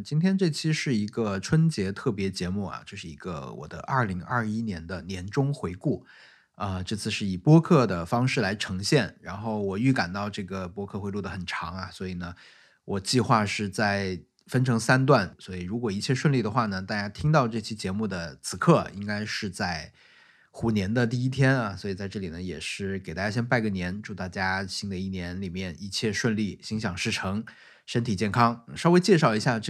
今天这期是一个春节特别节目啊，这是一个我的2021年的年终回顾。这次是以播客的方式来呈现，然后我预感到这个播客会录得很长啊，所以呢，我计划是在分成3段，所以如果一切顺利的话呢，大家听到这期节目的此刻应该是在虎年的第一天啊，所以在这里呢，也是给大家先拜个年，祝大家新的一年里面一切顺利，心想事成，身体健康。稍微介绍一下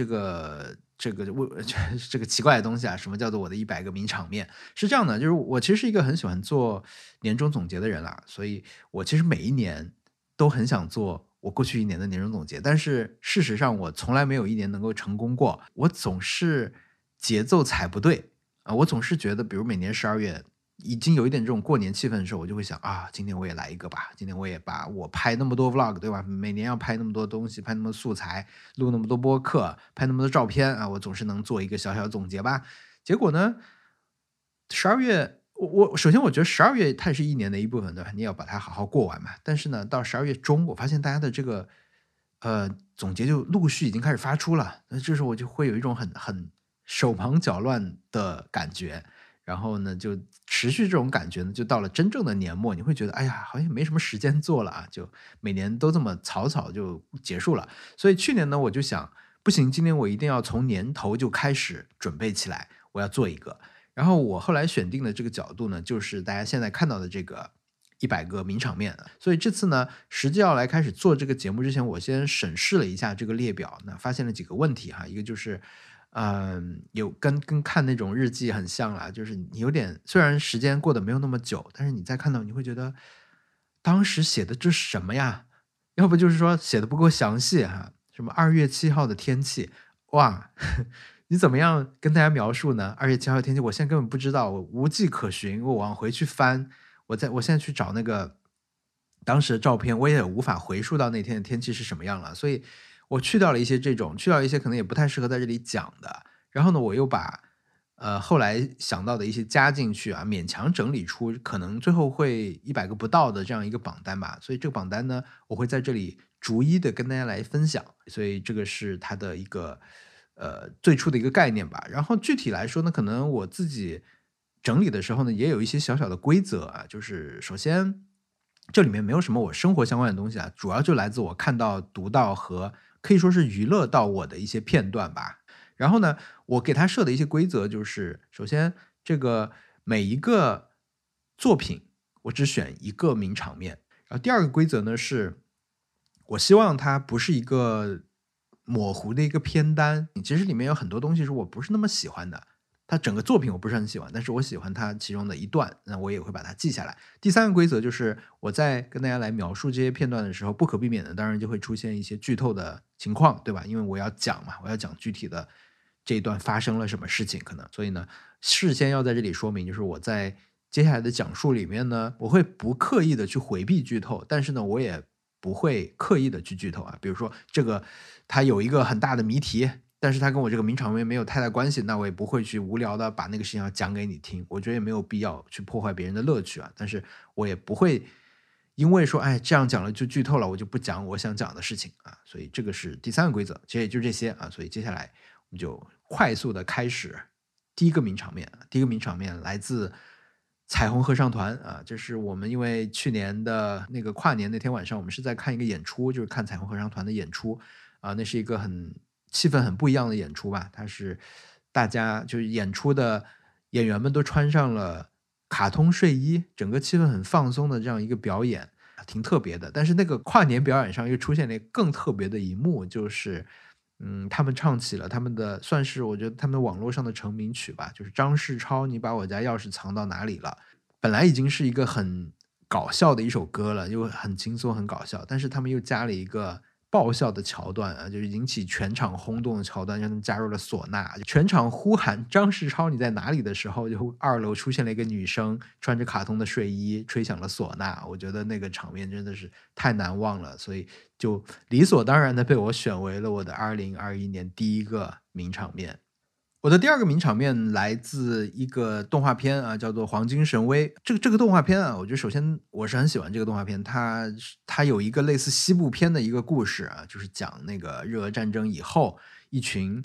这个奇怪的东西啊，什么叫做我的100个名场面？是这样的，就是我其实是一个很喜欢做年终总结的人啦，所以我其实每一年都很想做我过去一年的年终总结，但是事实上我从来没有一年能够成功过，我总是节奏踩不对啊，我总是觉得，比如每年12月已经有一点这种过年气氛的时候，我就会想啊，今年我也来一个吧，今年我也把我拍那么多 vlog 对吧？每年要拍那么多东西，拍那么多素材，录那么多播客，拍那么多照片啊，我总是能做一个小小总结吧。结果呢，12月我首先我觉得12月它也是一年的一部分，对吧？你要把它好好过完嘛。但是呢，到12月中，我发现大家的这个总结就陆续已经开始发出了，那这时候我就会有一种很手忙脚乱的感觉。然后呢，就持续这种感觉呢，就到了真正的年末，你会觉得，哎呀，好像没什么时间做了啊，就每年都这么草草就结束了。所以去年呢，我就想，不行，今年我一定要从年头就开始准备起来，我要做一个。然后我后来选定的这个角度呢，就是大家现在看到的这个100个名场面。所以这次呢，实际要来开始做这个节目之前，我先审视了一下这个列表，那发现了几个问题哈，一个就是。有跟看那种日记很像啦，就是你有点虽然时间过得没有那么久，但是你再看到你会觉得当时写的这是什么呀？要不就是说写的不够详细哈，什么2月7号的天气，哇，你怎么样跟大家描述呢？2月7号的天气，我现在根本不知道，我无迹可寻，我往回去翻，我现在去找那个当时的照片，我也无法回溯到那天的天气是什么样了，所以我去掉了一些这种，去掉一些可能也不太适合在这里讲的。然后呢，我又把后来想到的一些加进去啊，勉强整理出可能最后会100个不到的这样一个榜单吧。所以这个榜单呢，我会在这里逐一的跟大家来分享。所以这个是它的一个最初的一个概念吧。然后具体来说呢，可能我自己整理的时候呢，也有一些小小的规则啊，就是首先这里面没有什么我生活相关的东西啊，主要就来自我看到、读到和可以说是娱乐到我的一些片段吧。然后呢，我给他设的一些规则就是，首先这个每一个作品我只选一个名场面，然后第二个规则呢是，我希望它不是一个模糊的一个片单，其实里面有很多东西是我不是那么喜欢的，它整个作品我不是很喜欢，但是我喜欢它其中的一段，那我也会把它记下来。第三个规则就是我在跟大家来描述这些片段的时候，不可避免的当然就会出现一些剧透的情况，对吧？因为我要讲嘛，我要讲具体的这一段发生了什么事情，可能，所以呢，事先要在这里说明，就是我在接下来的讲述里面呢，我会不刻意的去回避剧透，但是呢，我也不会刻意的去剧透啊。比如说这个它有一个很大的谜题，但是它跟我这个名场面没有太大关系，那我也不会去无聊的把那个事情要讲给你听，我觉得也没有必要去破坏别人的乐趣啊。但是我也不会因为说，哎，这样讲了就剧透了，我就不讲我想讲的事情啊。所以这个是第三个规则，其实也就这些啊。所以接下来我们就快速的开始第一个名场面。第一个名场面来自彩虹合唱团啊，这是我们因为去年的那个跨年那天晚上，我们是在看一个演出，就是看彩虹合唱团的演出啊，那是一个气氛很不一样的演出吧。它是大家就是演出的演员们都穿上了卡通睡衣，整个气氛很放松的这样一个表演，挺特别的。但是那个跨年表演上又出现了更特别的一幕，就是他们唱起了他们的算是我觉得他们的网络上的成名曲吧，就是张世超你把我家钥匙藏到哪里了。本来已经是一个很搞笑的一首歌了，又很轻松很搞笑，但是他们又加了一个爆笑的桥段啊，就是引起全场轰动的桥段，让他们加入了唢呐，全场呼喊张世超你在哪里的时候，就2楼出现了一个女生穿着卡通的睡衣吹响了唢呐，我觉得那个场面真的是太难忘了，所以就理所当然的被我选为了我的2021年第一个名场面。我的第二个名场面来自一个动画片啊，叫做《黄金神威》。这个动画片啊，我觉得首先我是很喜欢这个动画片，它有一个类似西部片的一个故事啊，就是讲那个日俄战争以后，一群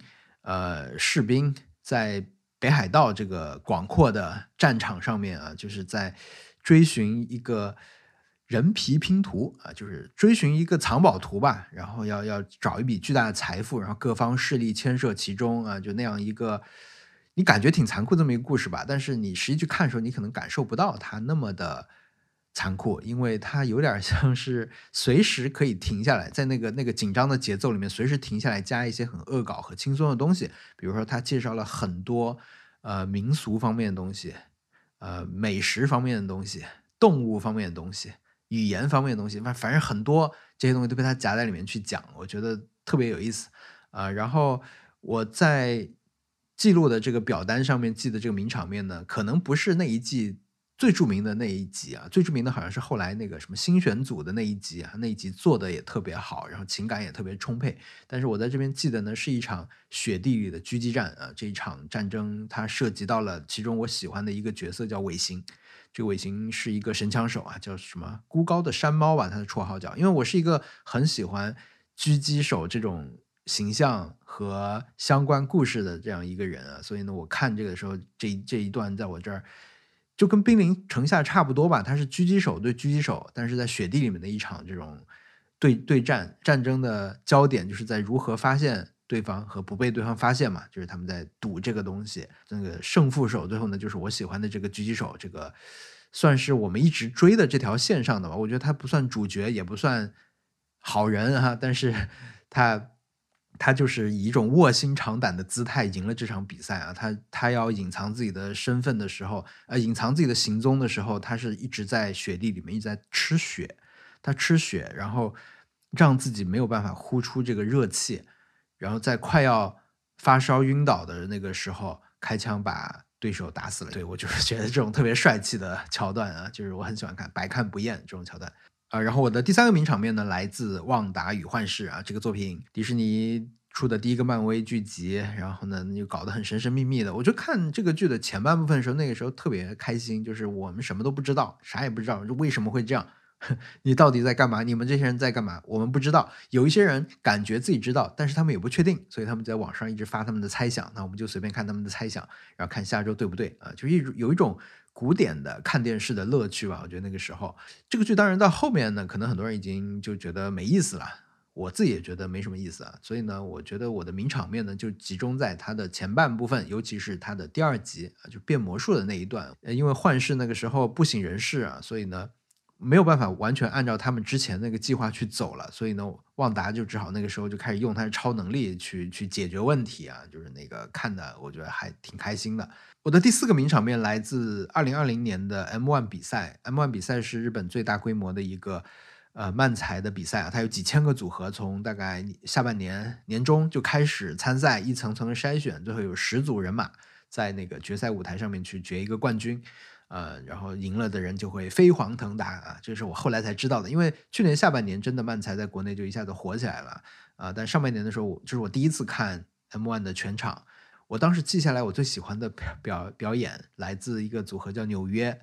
士兵在北海道这个广阔的战场上面啊，就是在追寻一个人皮拼图啊，就是追寻一个藏宝图吧，然后要找一笔巨大的财富，然后各方势力牵涉其中啊，就那样一个你感觉挺残酷这么一个故事吧，但是你实际去看的时候，你可能感受不到它那么的残酷，因为它有点像是随时可以停下来，在那个紧张的节奏里面，随时停下来加一些很恶搞和轻松的东西。比如说，他介绍了很多民俗方面的东西，美食方面的东西，动物方面的东西，语言方面的东西，反正很多这些东西都被他夹在里面去讲，我觉得特别有意思。然后我在记录的这个表单上面记的这个名场面呢，可能不是那一季最著名的那一集啊，最著名的好像是后来那个什么新选组的那一集啊，那一集做的也特别好，然后情感也特别充沛。但是我在这边记得呢，是一场雪地里的狙击战啊，这一场战争它涉及到了其中我喜欢的一个角色叫尾行。这个尾行是一个神枪手啊，叫什么孤高的山猫吧，他的绰号叫。因为我是一个很喜欢狙击手这种形象和相关故事的这样一个人啊，所以呢，我看这个的时候，这一段在我这儿就跟兵临城下差不多吧，他是狙击手对狙击手，但是在雪地里面的一场这种对战，战争的焦点就是在如何发现对方和不被对方发现嘛，就是他们在赌这个东西。那个胜负手最后呢，就是我喜欢的这个狙击手，这个算是我们一直追的这条线上的吧。我觉得他不算主角，也不算好人哈，但是他就是以一种卧薪尝胆的姿态赢了这场比赛啊！他要隐藏自己的身份的时候，隐藏自己的行踪的时候，他是一直在雪地里面一直在吃雪，他吃雪，然后让自己没有办法呼出这个热气，然后在快要发烧晕倒的那个时候，开枪把对手打死了。对，我就是觉得这种特别帅气的桥段啊，就是我很喜欢看，百看不厌这种桥段。然后我的第三个名场面呢，来自《旺达与幻视》啊，这个作品迪士尼出的第一个漫威剧集，然后呢又搞得很神神秘秘的。我就看这个剧的前半部分的时候，那个时候特别开心，就是我们什么都不知道，啥也不知道，为什么会这样？你到底在干嘛？你们这些人在干嘛？我们不知道。有一些人感觉自己知道，但是他们也不确定，所以他们在网上一直发他们的猜想。那我们就随便看他们的猜想，然后看下周对不对啊？就是有一种古典的看电视的乐趣吧。我觉得那个时候，这个剧当然到后面呢，可能很多人已经就觉得没意思了。我自己也觉得没什么意思啊，所以呢，我觉得我的名场面呢就集中在它的前半部分，尤其是它的第二集啊，就变魔术的那一段。因为幻视那个时候不省人事啊，所以呢没有办法完全按照他们之前那个计划去走了，所以呢，旺达就只好那个时候就开始用他的超能力去解决问题啊，就是那个看的我觉得还挺开心的。我的第四个名场面来自2020年的 M1 比赛，M1 比赛是日本最大规模的一个漫才的比赛啊，它有几千个组合，从大概下半年年中就开始参赛，一层层的筛选，最后有10组人马在那个决赛舞台上面去决一个冠军。然后赢了的人就会飞黄腾达啊，这是我后来才知道的。因为去年下半年真的漫才在国内就一下子火起来了但上半年的时候，就是我第一次看 M1 的全场，我当时记下来我最喜欢的表演来自一个组合叫纽约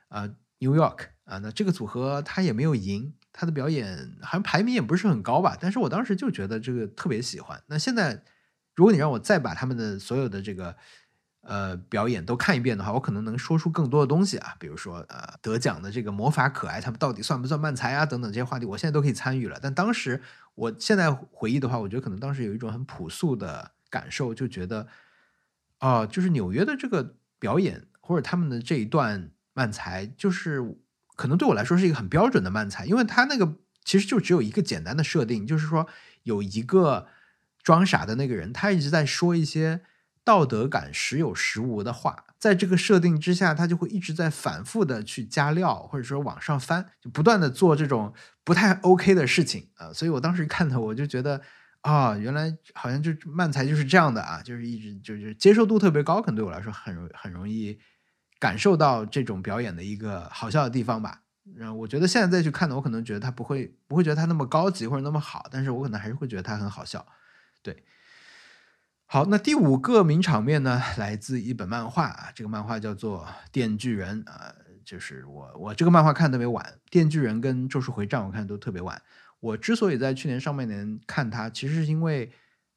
New York 那这个组合他也没有赢，他的表演好像排名也不是很高吧，但是我当时就觉得这个特别喜欢。那现在如果你让我再把他们的所有的这个表演都看一遍的话，我可能能说出更多的东西啊，比如说得奖的这个魔法可爱，他们到底算不算漫才啊等等这些话题，我现在都可以参与了。但当时我现在回忆的话，我觉得可能当时有一种很朴素的感受，就觉得就是纽约的这个表演或者他们的这一段漫才，就是可能对我来说是一个很标准的漫才，因为他那个其实就只有一个简单的设定，就是说有一个装傻的那个人，他一直在说一些道德感时有时无的话，在这个设定之下，他就会一直在反复的去加料，或者说往上翻，就不断的做这种不太 OK 的事情所以我当时看的我就觉得原来好像就漫才就是这样的啊，就是一直就是接受度特别高，可能对我来说很容易感受到这种表演的一个好笑的地方吧。然后我觉得现在再去看呢，我可能觉得他不会觉得他那么高级或者那么好，但是我可能还是会觉得他很好笑。对，好，那第五个名场面呢，来自一本漫画这个漫画叫做《电锯人》就是我这个漫画看得特别晚，《电锯人》跟《咒术回战》我看都特别晚。我之所以在去年上半年看它，其实是因为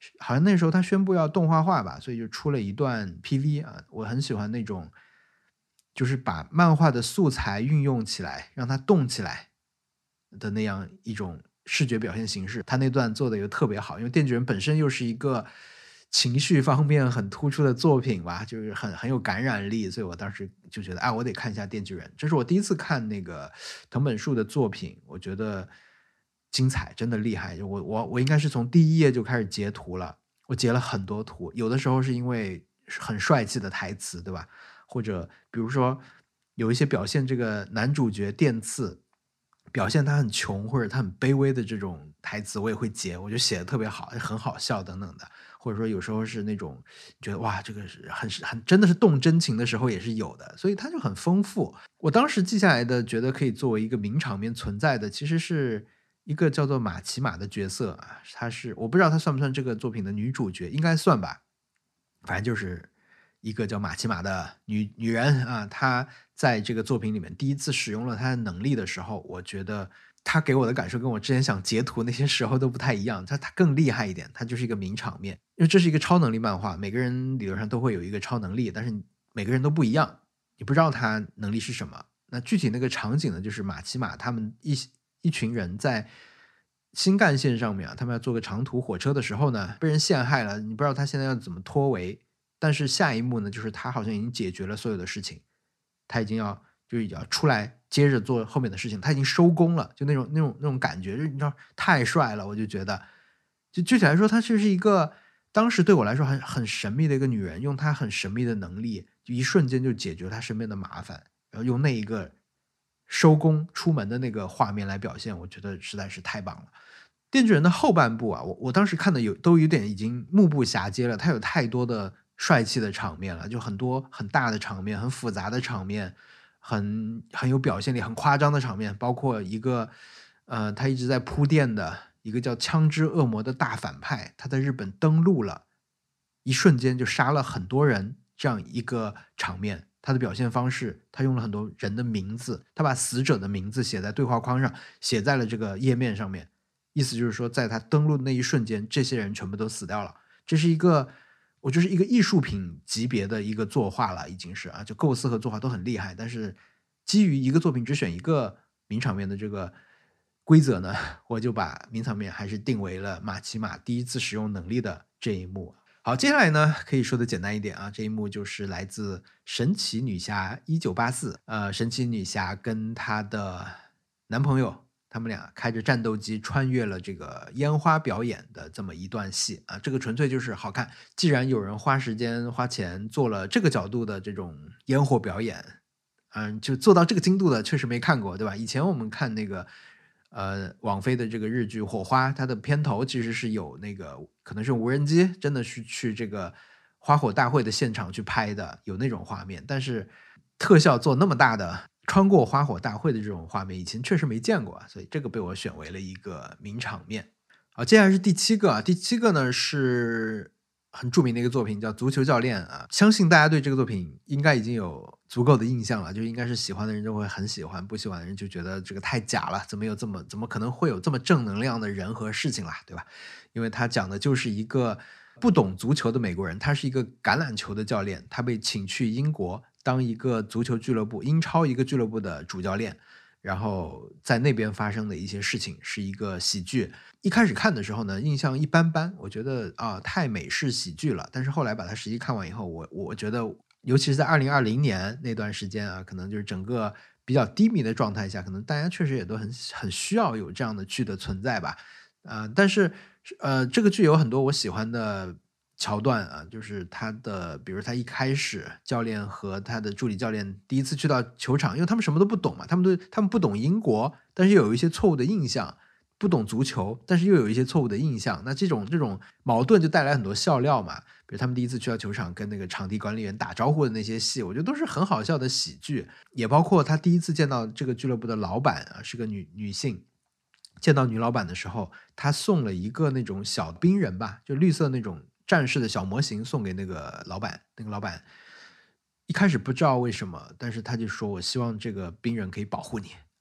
好像那时候他宣布要动画化吧，所以就出了一段 PV 啊，我很喜欢那种，就是把漫画的素材运用起来，让它动起来的那样一种视觉表现形式。他那段做的又特别好，因为《电锯人》本身又是一个情绪方面很突出的作品吧，就是很有感染力，所以我当时就觉得，啊，我得看一下《电锯人》。这是我第一次看那个藤本树的作品，我觉得精彩，真的厉害。我应该是从第一页就开始截图了，我截了很多图，有的时候是因为很帅气的台词，对吧？或者比如说有一些表现这个男主角电次表现他很穷或者他很卑微的这种台词，我也会截，我觉得写的特别好，很好笑等等的。或者说有时候是那种觉得哇，这个是很真的是动真情的时候也是有的，所以它就很丰富。我当时记下来的，觉得可以作为一个名场面存在的，其实是一个叫做马奇马的角色啊，她是我不知道她算不算这个作品的女主角，应该算吧。反正就是一个叫马奇马的女人啊，她在这个作品里面第一次使用了她的能力的时候，我觉得她给我的感受跟我之前想截图那些时候都不太一样，她更厉害一点，她就是一个名场面，因为这是一个超能力漫画，每个人理论上都会有一个超能力，但是每个人都不一样，你不知道他能力是什么。那具体那个场景呢，就是马奇马他们一群人在新干线上面啊，他们要坐个长途火车的时候呢，被人陷害了，你不知道他现在要怎么脱围。但是下一幕呢，就是他好像已经解决了所有的事情，他已经要出来接着做后面的事情，他已经收工了，就那种感觉，就你知道太帅了，我就觉得，就具体来说，她就是一个当时对我来说很神秘的一个女人，用她很神秘的能力，就一瞬间就解决她身边的麻烦，然后用那一个收工出门的那个画面来表现，我觉得实在是太棒了。电锯人的后半部啊，我当时看的都有点已经目不暇接了，它有太多的帅气的场面了，就很多很大的场面，很复杂的场面，很有表现力、很夸张的场面，包括一个他一直在铺垫的一个叫枪支恶魔的大反派，他在日本登陆了，一瞬间就杀了很多人这样一个场面。他的表现方式，他用了很多人的名字，他把死者的名字写在对话框上，写在了这个页面上面，意思就是说，在他登陆的那一瞬间，这些人全部都死掉了。这是一个，我就是一个艺术品级别的一个作画了，已经是啊，就构思和作画都很厉害。但是基于一个作品只选一个名场面的这个规则呢，我就把名场面还是定为了马奇马第一次使用能力的这一幕。好，接下来呢，可以说的简单一点啊，这一幕就是来自《神奇女侠1984》。神奇女侠跟她的男朋友，他们俩开着战斗机穿越了这个烟花表演的这么一段戏啊，这个纯粹就是好看。既然有人花时间花钱做了这个角度的这种烟火表演，就做到这个精度的，确实没看过，对吧？以前我们看那个网飞的这个日剧《火花》，它的片头其实是有那个可能是无人机，真的是去这个花火大会的现场去拍的，有那种画面。但是特效做那么大的穿过花火大会的这种画面，以前确实没见过，所以这个被我选为了一个名场面。好，接下来是第七个啊，第七个呢是很著名的一个作品，叫《足球教练》啊。相信大家对这个作品应该已经有足够的印象了，就应该是喜欢的人就会很喜欢，不喜欢的人就觉得这个太假了，怎么可能会有这么正能量的人和事情啦，对吧？因为他讲的就是一个不懂足球的美国人，他是一个橄榄球的教练，他被请去英国当一个足球俱乐部英超一个俱乐部的主教练。然后在那边发生的一些事情是一个喜剧。一开始看的时候呢，印象一般般，我觉得啊太美式喜剧了。但是后来把它实际看完以后，我觉得，尤其是在2020年那段时间啊，可能就是整个比较低迷的状态下，可能大家确实也都很需要有这样的剧的存在吧。但是这个剧有很多我喜欢的桥段啊，就是他的，比如他一开始教练和他的助理教练第一次去到球场，因为他们什么都不懂嘛，他们不懂英国，但是又有一些错误的印象，不懂足球，但是又有一些错误的印象，那这种矛盾就带来很多笑料嘛。比如他们第一次去到球场跟那个场地管理员打招呼的那些戏，我觉得都是很好笑的喜剧，也包括他第一次见到这个俱乐部的老板啊，是个女性。见到女老板的时候，他送了一个那种小冰人吧，就绿色那种战士的小模型送给那个老板。那个老板一开始不知道为什么，但是他就说我希望这个冰人可以保护你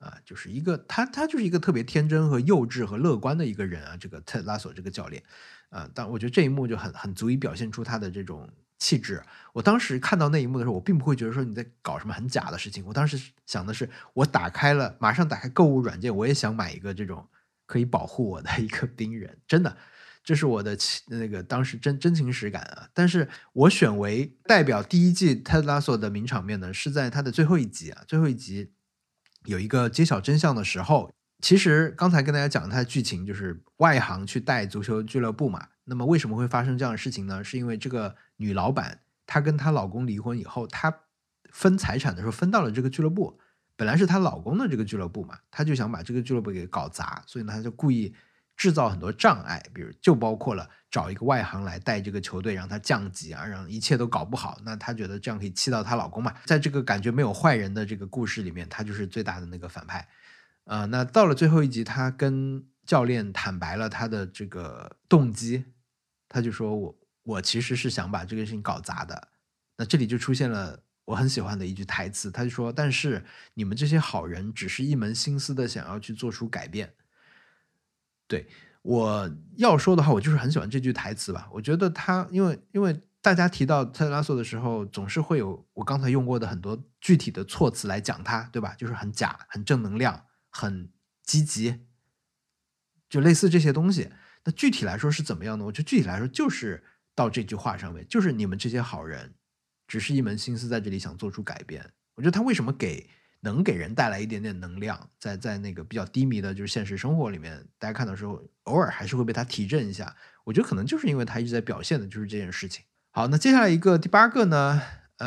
就是一个他就是一个特别天真和幼稚和乐观的一个人啊，这个特拉索这个教练，但我觉得这一幕就很足以表现出他的这种气质。我当时看到那一幕的时候，我并不会觉得说你在搞什么很假的事情，我当时想的是，我马上打开购物软件，我也想买一个这种可以保护我的一个冰人，真的。这是我的那个当时真情实感啊！但是我选为代表第一季泰拉索的名场面呢，是在他的最后一集啊，最后一集有一个揭晓真相的时候。其实刚才跟大家讲他的剧情就是外行去带足球俱乐部嘛，那么为什么会发生这样的事情呢？是因为这个女老板她跟她老公离婚以后，她分财产的时候分到了这个俱乐部，本来是她老公的这个俱乐部嘛，她就想把这个俱乐部给搞砸，所以呢她就故意制造很多障碍，比如就包括了找一个外行来带这个球队，让他降级啊，让一切都搞不好。那她觉得这样可以气到她老公嘛。在这个感觉没有坏人的这个故事里面，她就是最大的那个反派。那到了最后一集，她跟教练坦白了她的这个动机，她就说我其实是想把这个事情搞砸的。那这里就出现了我很喜欢的一句台词，她就说：但是你们这些好人只是一门心思的想要去做出改变。对，我要说的话，我就是很喜欢这句台词吧。我觉得他因为大家提到特拉索的时候，总是会有我刚才用过的很多具体的措辞来讲他，对吧？就是很假、很正能量、很积极，就类似这些东西。那具体来说是怎么样呢？我觉得具体来说就是到这句话上面，就是你们这些好人只是一门心思在这里想做出改变。我觉得他为什么能给人带来一点点能量，在那个比较低迷的就是现实生活里面，大家看到的时候偶尔还是会被他提振一下。我觉得可能就是因为他一直在表现的就是这件事情。好，那接下来一个第8个呢，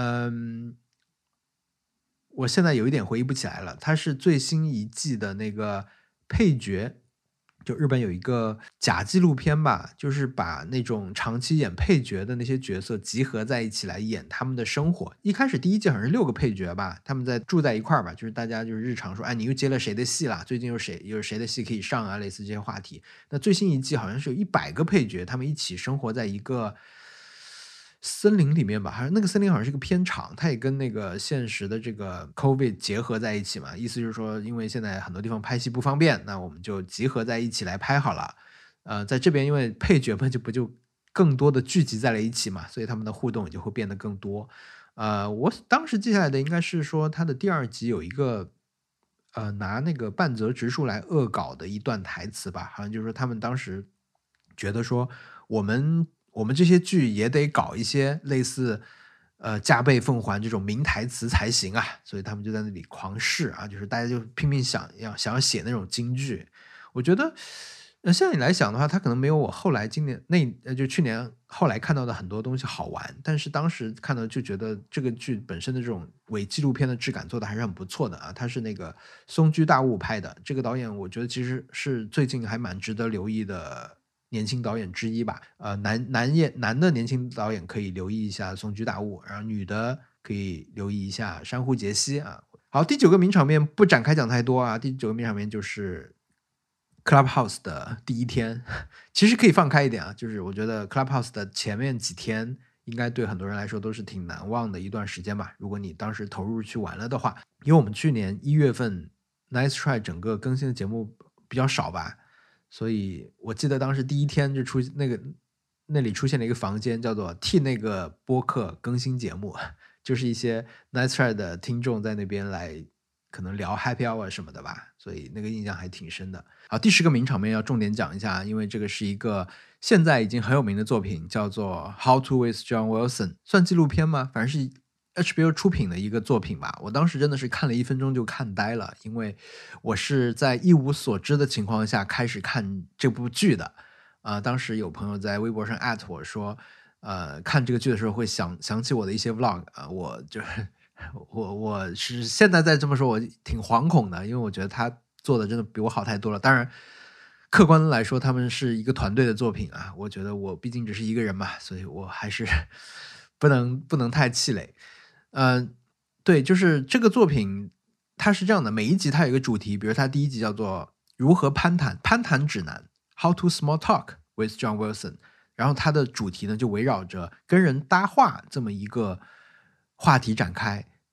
我现在有一点回忆不起来了，他是最新一季的那个配角，就日本有一个假纪录片吧，就是把那种长期演配角的那些角色集合在一起来演他们的生活。一开始第一季好像是6个配角吧，他们在住在一块儿吧，就是大家就是日常说，哎，你又接了谁的戏啦？最近有谁的戏可以上啊？类似这些话题。那最新一季好像是有100个配角，他们一起生活在一个森林里面吧，好像那个森林好像是个片场，它也跟那个现实的这个 COVID 结合在一起嘛，意思就是说，因为现在很多地方拍戏不方便，那我们就集合在一起来拍好了。在这边因为配角们就更多的聚集在了一起嘛，所以他们的互动也就会变得更多。我当时记下来的应该是说，他的第2集有一个拿那个半泽直树来恶搞的一段台词吧，好像就是说他们当时觉得说我们这些剧也得搞一些类似加倍奉还这种名台词才行啊，所以他们就在那里狂试啊，就是大家就拼命想要写那种京剧。我觉得现在你来想的话，他可能没有我后来今年就去年后来看到的很多东西好玩，但是当时看到就觉得这个剧本身的这种伪纪录片的质感做的还是很不错的啊。他是那个松居大悟拍的，这个导演我觉得其实是最近还蛮值得留意的年轻导演之一吧。男的年轻导演可以留意一下松居大悟，然后女的可以留意一下珊瑚杰西啊。好，第9个名场面不展开讲太多啊，第9个名场面就是Clubhouse 的第1天，其实可以放开一点啊，就是我觉得 Clubhouse 的前面几天应该对很多人来说都是挺难忘的一段时间吧，如果你当时投入去玩了的话。因为我们去年1月份 Nice Try 整个更新的节目比较少吧，所以我记得当时第1天就那里出现了一个房间，叫做替那个播客更新节目，就是一些 Nice Try 的听众在那边来可能聊 Happy Hour 什么的吧，所以那个印象还挺深的。好，第10个名场面要重点讲一下，因为这个是一个现在已经很有名的作品，叫做 How to with John Wilson， 算纪录片吗？反正是 HBO 出品的一个作品吧。我当时真的是看了1分钟就看呆了，因为我是在一无所知的情况下开始看这部剧的。当时有朋友在微博上@我说，看这个剧的时候会想起我的一些 vlog 啊，我就是我是现在再这么说，我挺惶恐的，因为我觉得他做的真的比我好太多了。当然，客观来说，他们是一个团队的作品啊。我觉得我毕竟只是一个人嘛，所以我还是不能太气馁。对，就是这个作品，它是这样的，每一集它有一个主题，比如它第1集叫做如何攀谈指南 How to Small Talk with John Wilson， 然后它的主题呢就围绕着跟人搭话这么一个话题展开。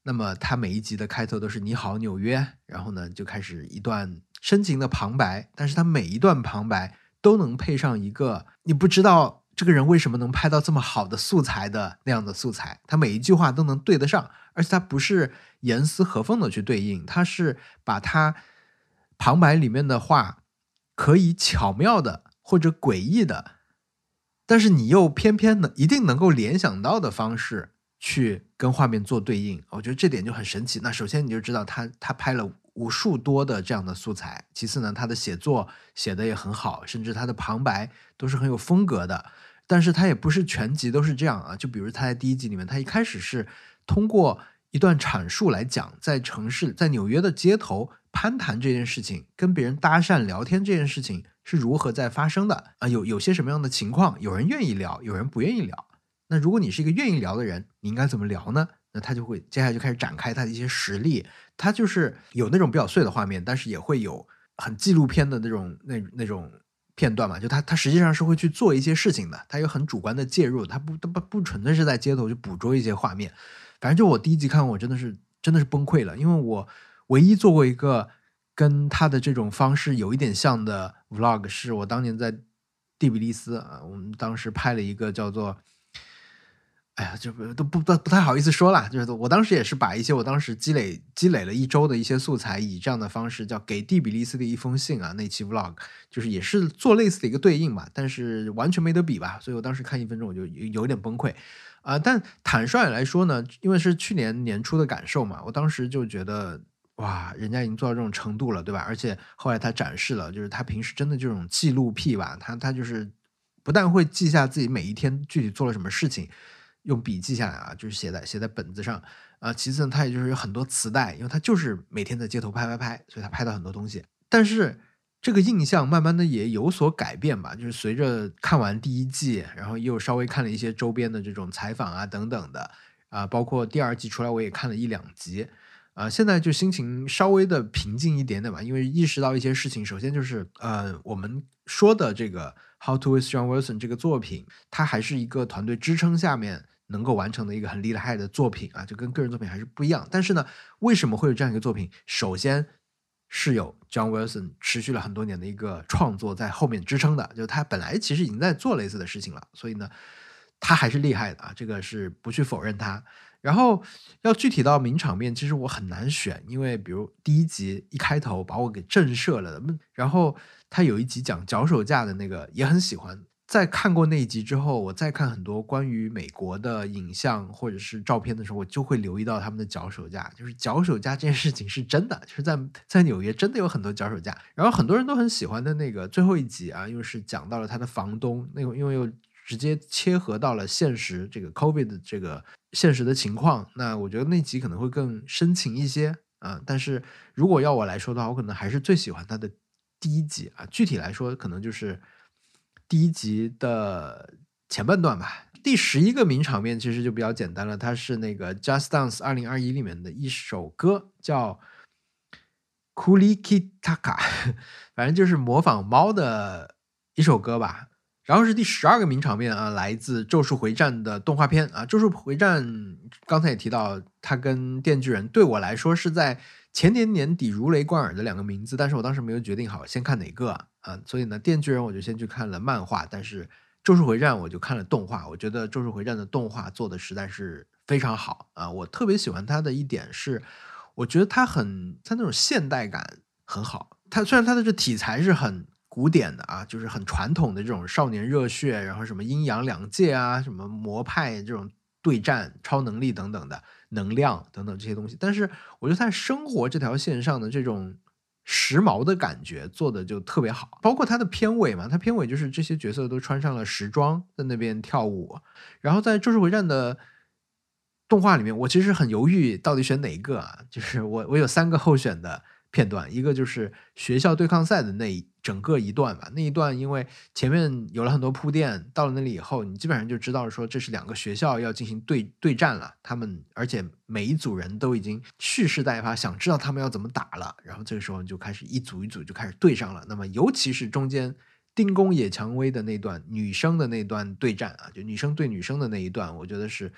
那么它每一集的开头都是你好纽约，然后呢就开始一段深情的旁白，但是它每一段旁白都能配上一个你不知道这个人为什么能拍到这么好的素材的那样的素材，它每一句话都能对得上，而且它不是严丝合缝的去对应，它是把它旁白里面的话可以巧妙的或者诡异的，但是你又偏偏的一定能够联想到的方式去跟画面做对应，我觉得这点就很神奇。那首先你就知道他拍了无数多的这样的素材，其次呢，他的写作写的也很好，甚至他的旁白都是很有风格的。但是他也不是全集都是这样啊，就比如他在第一集里面，他一开始是通过一段阐述来讲，在城市，在纽约的街头攀谈这件事情，跟别人搭讪聊天这件事情是如何在发生的啊？有些什么样的情况，有人愿意聊，有人不愿意聊。那如果你是一个愿意聊的人，你应该怎么聊呢？那他就会接下来就开始展开他的一些实例，他就是有那种比较碎的画面，但是也会有很纪录片的那种片段嘛，就他实际上是会去做一些事情的，他有很主观的介入，他不纯粹是在街头去捕捉一些画面。反正就我第一集看我真的是崩溃了，因为我唯一做过一个跟他的这种方式有一点像的 vlog， 是我当年在第比利斯啊，我们当时拍了一个叫做，哎呀，就不太好意思说了，就是我当时也是把一些我当时积累了一周的一些素材，以这样的方式叫给第比利斯的一封信啊，那期 vlog 就是也是做类似的一个对应吧，但是完全没得比吧，所以我当时看1分钟我就有点崩溃但坦率来说呢，因为是去年年初的感受嘛，我当时就觉得哇，人家已经做到这种程度了，对吧？而且后来他展示了，就是他平时真的这种记录癖吧，他就是不但会记下自己每一天具体做了什么事情，用笔记下来啊，就是写在本子上其次呢，他也就是有很多磁带，因为他就是每天在街头拍，所以他拍到很多东西。但是这个印象慢慢的也有所改变吧，就是随着看完第一季，然后又稍微看了一些周边的这种采访啊等等的包括第二季出来我也看了1-2集现在就心情稍微的平静一点点吧，因为意识到一些事情，首先就是我们说的这个 How to with John Wilson 这个作品，它还是一个团队支撑下面能够完成的一个很厉害的作品就跟个人作品还是不一样。但是呢，为什么会有这样一个作品？首先是有 John Wilson 持续了很多年的一个创作在后面支撑的，就他本来其实已经在做类似的事情了，所以呢，他还是厉害的这个是不去否认他。然后要具体到名场面，其实我很难选，因为比如第一集一开头把我给震慑了，然后他有一集讲脚手架的那个也很喜欢。在看过那一集之后，我再看很多关于美国的影像或者是照片的时候，我就会留意到他们的脚手架，就是脚手架这件事情是真的，就是在纽约真的有很多脚手架。然后很多人都很喜欢的那个最后一集因为是讲到了他的房东，那个因为又直接切合到了现实这个 COVID 的这个现实的情况，那我觉得那集可能会更深情一些但是如果要我来说的话，我可能还是最喜欢他的第一集具体来说可能就是第一集的前半段吧。第11个名场面其实就比较简单了，它是那个 Just Dance 2021里面的一首歌叫 Kulikitaka 反正就是模仿猫的一首歌吧。然后是第12个名场面来自《咒术回战》的动画片咒术回战》刚才也提到，它跟《电锯人》对我来说是在前年年底如雷贯耳的2个名字，但是我当时没有决定好先看哪个所以呢，《电锯人》我就先去看了漫画，但是《咒术回战》我就看了动画。我觉得《咒术回战》的动画做的实在是非常好我特别喜欢它的一点是，我觉得它那种现代感很好。它虽然它的这题材是很古典的就是很传统的这种少年热血，然后什么阴阳两界什么魔派这种对战、超能力等等的能量等等这些东西，但是我觉得在生活这条线上的这种时髦的感觉做的就特别好。包括它的片尾嘛，它片尾就是这些角色都穿上了时装在那边跳舞。然后在《咒术回战》的动画里面，我其实很犹豫到底选哪一个就是我有3个候选的片段，一个就是学校对抗赛的整个一段吧。那一段因为前面有了很多铺垫，到了那里以后，你基本上就知道说这是2个学校要进行对战了。而且每一组人都已经蓄势待发，想知道他们要怎么打了。然后这个时候就开始一组一组就开始对上了。那么尤其是中间丁宫野蔷薇的那段女生的那段对战就女生对女生的那一段，我觉得是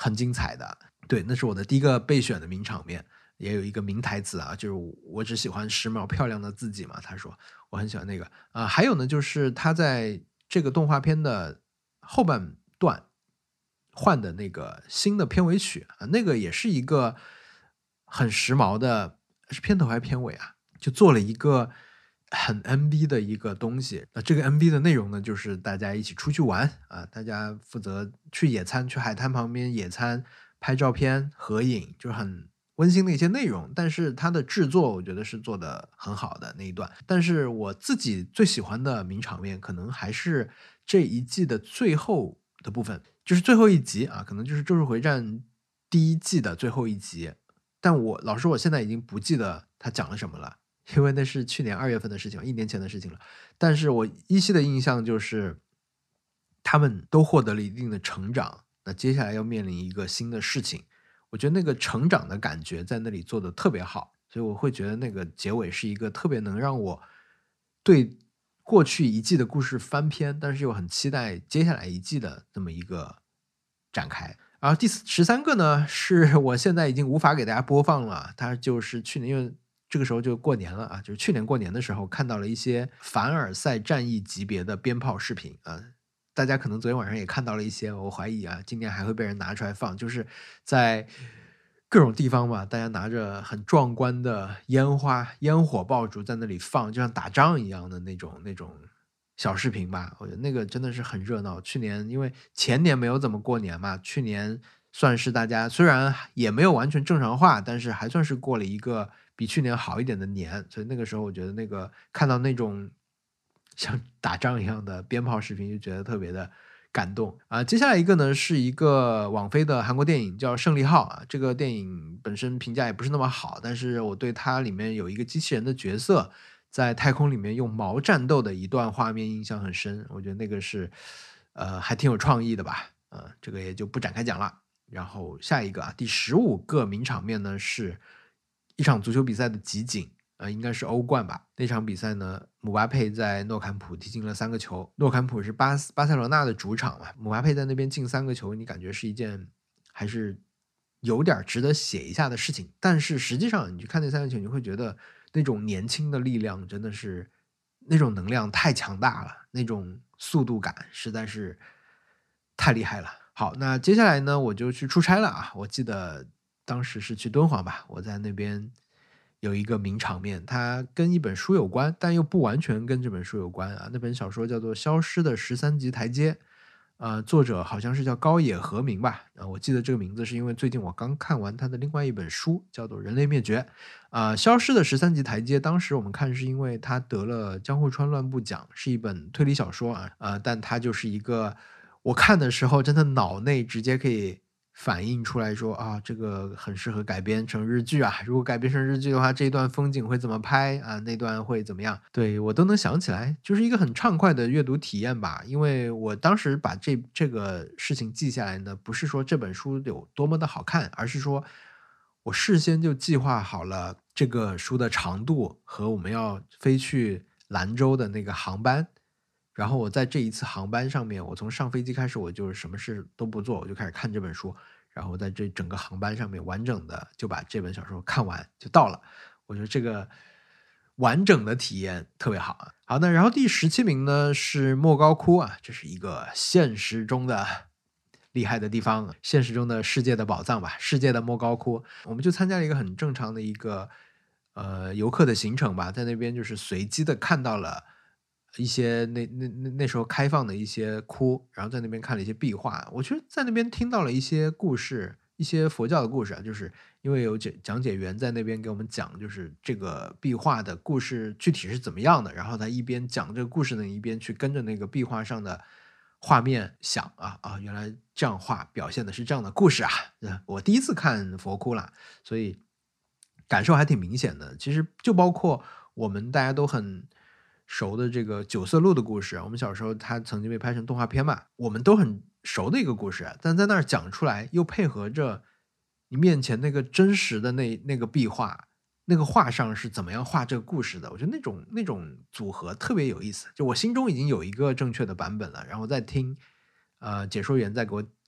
很精彩的。对，那是我的第一个备选的名场面，也有一个名台词啊，就是我只喜欢时髦漂亮的自己嘛，他说我很喜欢那个还有呢，就是他在这个动画片的后半段换的那个新的片尾曲啊，那个也是一个很时髦的，是片头还是片尾啊？就做了一个很 NB 的一个东西。这个 NB 的内容呢，就是大家一起出去玩啊，大家负责去野餐，去海滩旁边野餐，拍照片、合影，就是很温馨的一些内容。但是它的制作，我觉得是做的很好的那一段。但是我自己最喜欢的名场面，可能还是这一季的最后的部分，就是最后一集啊，可能就是《咒术回战》第一季的最后一集。但老实说，我现在已经不记得他讲了什么了，因为那是去年2月份的事情，1年前的事情了。但是我依稀的印象就是他们都获得了一定的成长，那接下来要面临一个新的事情，我觉得那个成长的感觉在那里做的特别好，所以我会觉得那个结尾是一个特别能让我对过去一季的故事翻篇，但是又很期待接下来一季的这么一个展开。然后第13个呢，是我现在已经无法给大家播放了，它就是去年，因为这个时候就过年了啊，就是去年过年的时候看到了一些凡尔赛战役级别的鞭炮视频啊，大家可能昨天晚上也看到了一些，我怀疑啊，今年还会被人拿出来放，就是在各种地方吧，大家拿着很壮观的烟花、烟火爆竹在那里放，就像打仗一样的那种小视频吧，我觉得那个真的是很热闹。去年因为前年没有怎么过年嘛，去年算是大家虽然也没有完全正常化，但是还算是过了一个比去年好一点的年，所以那个时候我觉得那个看到那种像打仗一样的鞭炮视频，就觉得特别的感动啊。接下来一个呢，是一个网飞的韩国电影叫《胜利号》啊，这个电影本身评价也不是那么好，但是我对它里面有一个机器人的角色在太空里面用矛战斗的一段画面印象很深，我觉得那个是还挺有创意的吧，这个也就不展开讲了。然后下一个啊，第15个名场面呢，是一场足球比赛的集锦，应该是欧冠吧。那场比赛呢，姆巴佩在诺坎普踢进了3个球。诺坎普是巴塞罗那的主场嘛，姆巴佩在那边进3个球，你感觉是一件还是有点值得写一下的事情。但是实际上，你去看那3个球，你会觉得那种年轻的力量真的是那种能量太强大了，那种速度感实在是太厉害了。好，那接下来呢，我就去出差了啊。我记得当时是去敦煌吧，我在那边有一个名场面，它跟一本书有关，但又不完全跟这本书有关啊。那本小说叫做《消失的13级台阶》，作者好像是叫高野和明吧。我记得这个名字是因为最近我刚看完他的另外一本书，叫做《人类灭绝》。消失的13级台阶，当时我们看是因为他得了江户川乱步奖，是一本推理小说啊，但它就是一个我看的时候真的脑内直接可以反映出来说啊，这个很适合改编成日剧啊。如果改编成日剧的话，这一段风景会怎么拍啊？那段会怎么样？对，我都能想起来，就是一个很畅快的阅读体验吧。因为我当时把这个事情记下来呢，不是说这本书有多么的好看，而是说我事先就计划好了这个书的长度和我们要飞去兰州的那个航班。然后我在这一次航班上面，我从上飞机开始，我就什么事都不做，我就开始看这本书。然后我在这整个航班上面完整的就把这本小说看完就到了。我觉得这个完整的体验特别好啊。好的，然后第17名呢是莫高窟啊，这是一个现实中的厉害的地方，现实中的世界的宝藏吧，世界的莫高窟。我们就参加了一个很正常的一个游客的行程吧，在那边就是随机的看到了一些那时候开放的一些窟，然后在那边看了一些壁画。我觉得在那边听到了一些故事，一些佛教的故事啊，就是因为有讲解员在那边给我们讲，就是这个壁画的故事具体是怎么样的，然后他一边讲这个故事呢，一边去跟着那个壁画上的画面想原来这样画表现的是这样的故事啊。我第一次看佛窟啦，所以感受还挺明显的。其实就包括我们大家都很熟的这个九色鹿的故事，我们小时候它曾经被拍成动画片嘛，我们都很熟的一个故事，但在那儿讲出来又配合着你面前那个真实的那个壁画，那个画上是怎么样画这个故事的，我觉得那种组合特别有意思。就我心中已经有一个正确的版本了，然后再听解说员再给我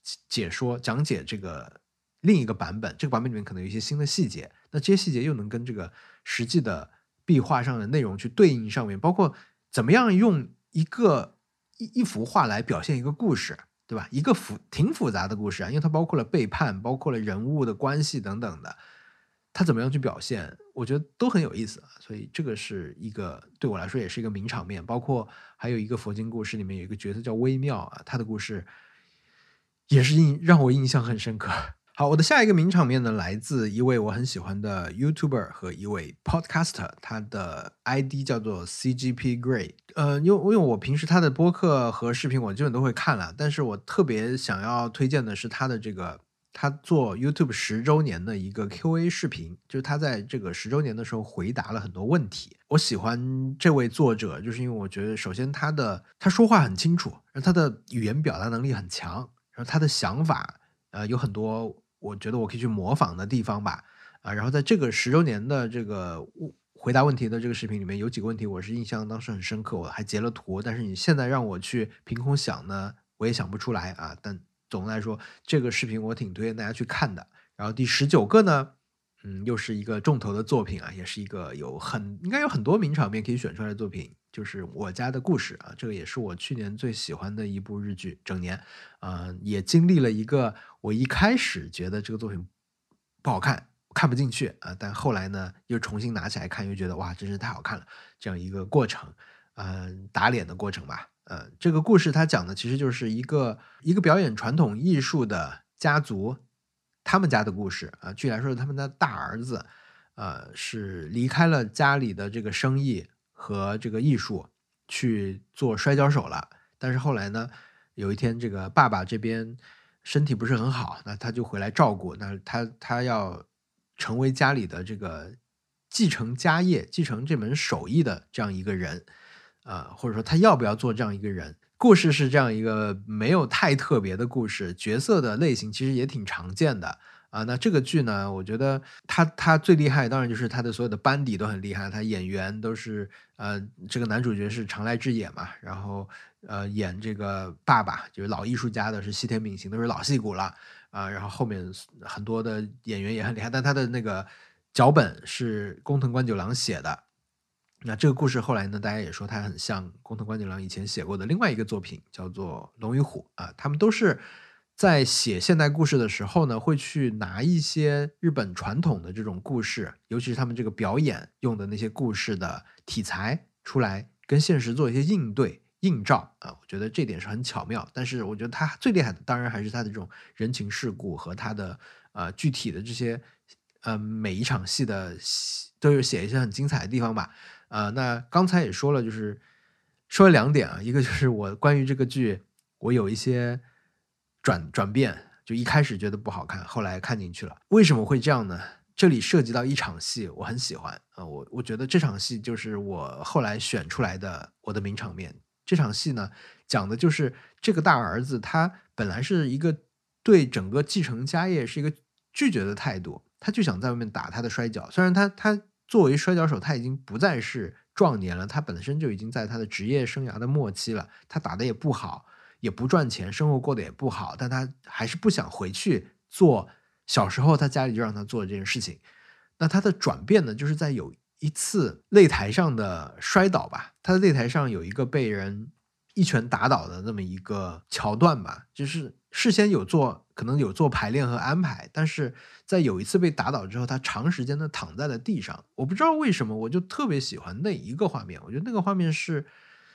解说讲解这个另一个版本，这个版本里面可能有一些新的细节，那这些细节又能跟这个实际的壁画上的内容去对应上面，包括怎么样用一幅画来表现一个故事，对吧？一个挺复杂的故事啊，因为它包括了背叛，包括了人物的关系等等的，它怎么样去表现，我觉得都很有意思啊。所以这个是一个对我来说也是一个名场面。包括还有一个佛经故事里面有一个角色叫微妙啊，他的故事也是让我印象很深刻。好，我的下一个名场面呢，来自一位我很喜欢的 YouTuber 和一位 Podcaster，他的 ID 叫做 CGP Grey。因为我平时他的播客和视频我基本都会看了，但是我特别想要推荐的是他的他做 YouTube 10周年的一个 Q&A 视频，就是他在这个10周年的时候回答了很多问题。我喜欢这位作者，就是因为我觉得首先他说话很清楚，然后他的语言表达能力很强，然后他的想法有很多我觉得我可以去模仿的地方吧。然后在这个10周年的这个回答问题的这个视频里面，有几个问题我是印象当时很深刻，我还截了图，但是你现在让我去凭空想呢，我也想不出来啊。但总的来说，这个视频我挺推荐大家去看的。然后第19个呢，又是一个重头的作品啊，也是一个应该有很多名场面可以选出来的作品，就是《我家的故事》啊，这个也是我去年最喜欢的一部日剧，整年也经历了一个我一开始觉得这个作品不好看，看不进去啊，但后来呢又重新拿起来看，又觉得哇，真是太好看了，这样一个过程，打脸的过程吧。这个故事它讲的其实就是一个表演传统艺术的家族，他们家的故事啊。具体来说，他们的大儿子，是离开了家里的这个生意和这个艺术，去做摔跤手了。但是后来呢，有一天这个爸爸这边身体不是很好，那他就回来照顾。那他要成为家里的这个继承家业、继承这门手艺的这样一个人。或者说他要不要做这样一个人。故事是这样一个没有太特别的故事，角色的类型其实也挺常见的。那这个剧呢，我觉得他最厉害当然就是他的所有的班底都很厉害，他演员都是这个男主角是长濑智也嘛，然后演这个爸爸就是老艺术家的是西田敏行，都是老戏骨了。然后后面很多的演员也很厉害，但他的那个脚本是宫藤官九郎写的。那这个故事后来呢，大家也说它很像宫藤官九郎以前写过的另外一个作品，叫做《龙与虎》啊。他们都是在写现代故事的时候呢，会去拿一些日本传统的这种故事，尤其是他们这个表演用的那些故事的题材出来，跟现实做一些应对映照啊。我觉得这点是很巧妙。但是我觉得他最厉害的，当然还是他的这种人情世故和他的具体的这些每一场戏的都有写一些很精彩的地方吧。那刚才也说了，就是说了2点啊，一个就是我关于这个剧，我有一些转变，就一开始觉得不好看，后来看进去了。为什么会这样呢？这里涉及到一场戏，我很喜欢啊，我觉得这场戏就是我后来选出来的我的名场面。这场戏呢，讲的就是这个大儿子他本来是一个对整个继承家业是一个拒绝的态度，他就想在外面打他的摔跤。虽然他作为摔跤手，他已经不再是壮年了，他本身就已经在他的职业生涯的末期了，他打的也不好，也不赚钱，生活过得也不好，但他还是不想回去做小时候他家里就让他做的这件事情。那他的转变呢，就是在有一次擂台上的摔倒吧，他的擂台上有一个被人一拳打倒的那么一个桥段吧，就是事先可能有做排练和安排，但是在有一次被打倒之后，他长时间的躺在了地上。我不知道为什么，我就特别喜欢那一个画面，我觉得那个画面是